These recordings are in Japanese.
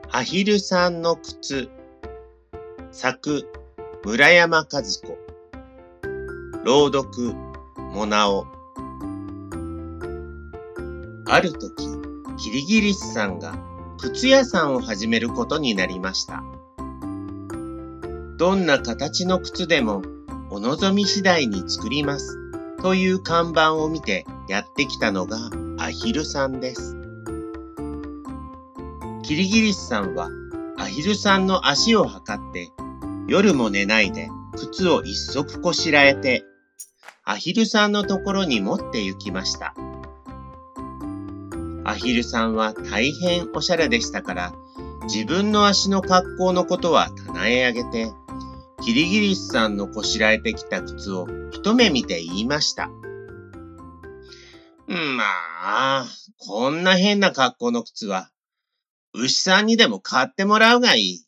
アヒルさんの靴。作、村山和子。朗読、モナオ。あるとき、キリギリスさんが靴屋さんを始めることになりました。どんな形の靴でもお望み次第に作りますという看板を見てやってきたのがアヒルさんです。キリギリスさんはアヒルさんの足を測って夜も寝ないで靴を一足こしらえてアヒルさんのところに持って行きました。アヒルさんは大変おしゃれでしたから自分の足の格好のことは棚へあげてキリギリスさんのこしらえてきた靴を一目見て言いました。まあ、こんな変な格好の靴は牛さんにでも買ってもらうがいい。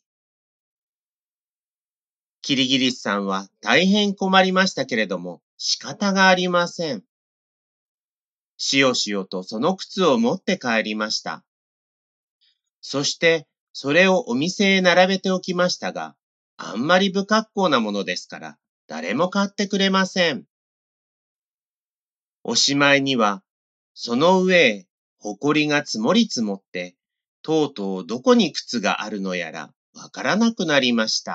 キリギリスさんは大変困りましたけれども仕方がありません。しよしよとその靴を持って帰りました。そしてそれをお店へ並べておきましたが、あんまり不格好なものですから誰も買ってくれません。おしまいにはその上へほこりが積もり積もって、とうとうどこに靴があるのやらわからなくなりました。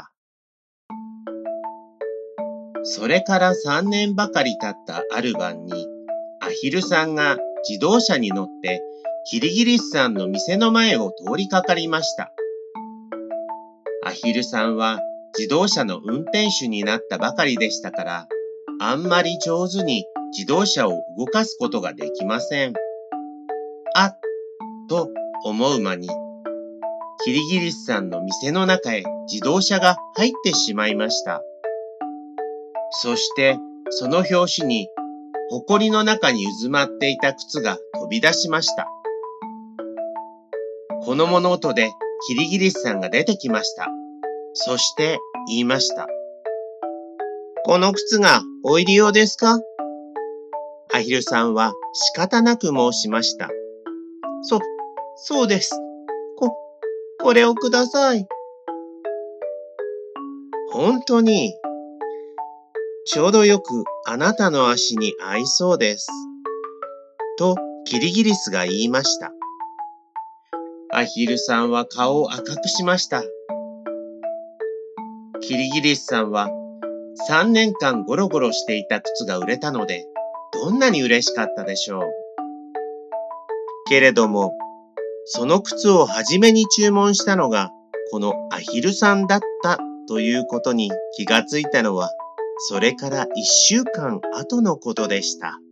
それから3年ばかり経ったある晩に、アヒルさんが自動車に乗ってキリギリスさんの店の前を通りかかりました。アヒルさんは自動車の運転手になったばかりでしたから、あんまり上手に自動車を動かすことができません。あっと思う間に、キリギリスさんの店の中へ自動車が入ってしまいました。そしてその拍子に、ほこりの中に渦まっていた靴が飛び出しました。この物音でキリギリスさんが出てきました。そして言いました。この靴がお入り用ですか？アヒルさんは仕方なく申しました。そうです。これをください。本当に、ちょうどよくあなたの足に合いそうです。とキリギリスが言いました。アヒルさんは顔を赤くしました。キリギリスさんは3年間ゴロゴロしていた靴が売れたので、どんなに嬉しかったでしょう。けれども、その靴を初めに注文したのがこのアヒルさんだったということに気がついたのは、それから1週間後のことでした。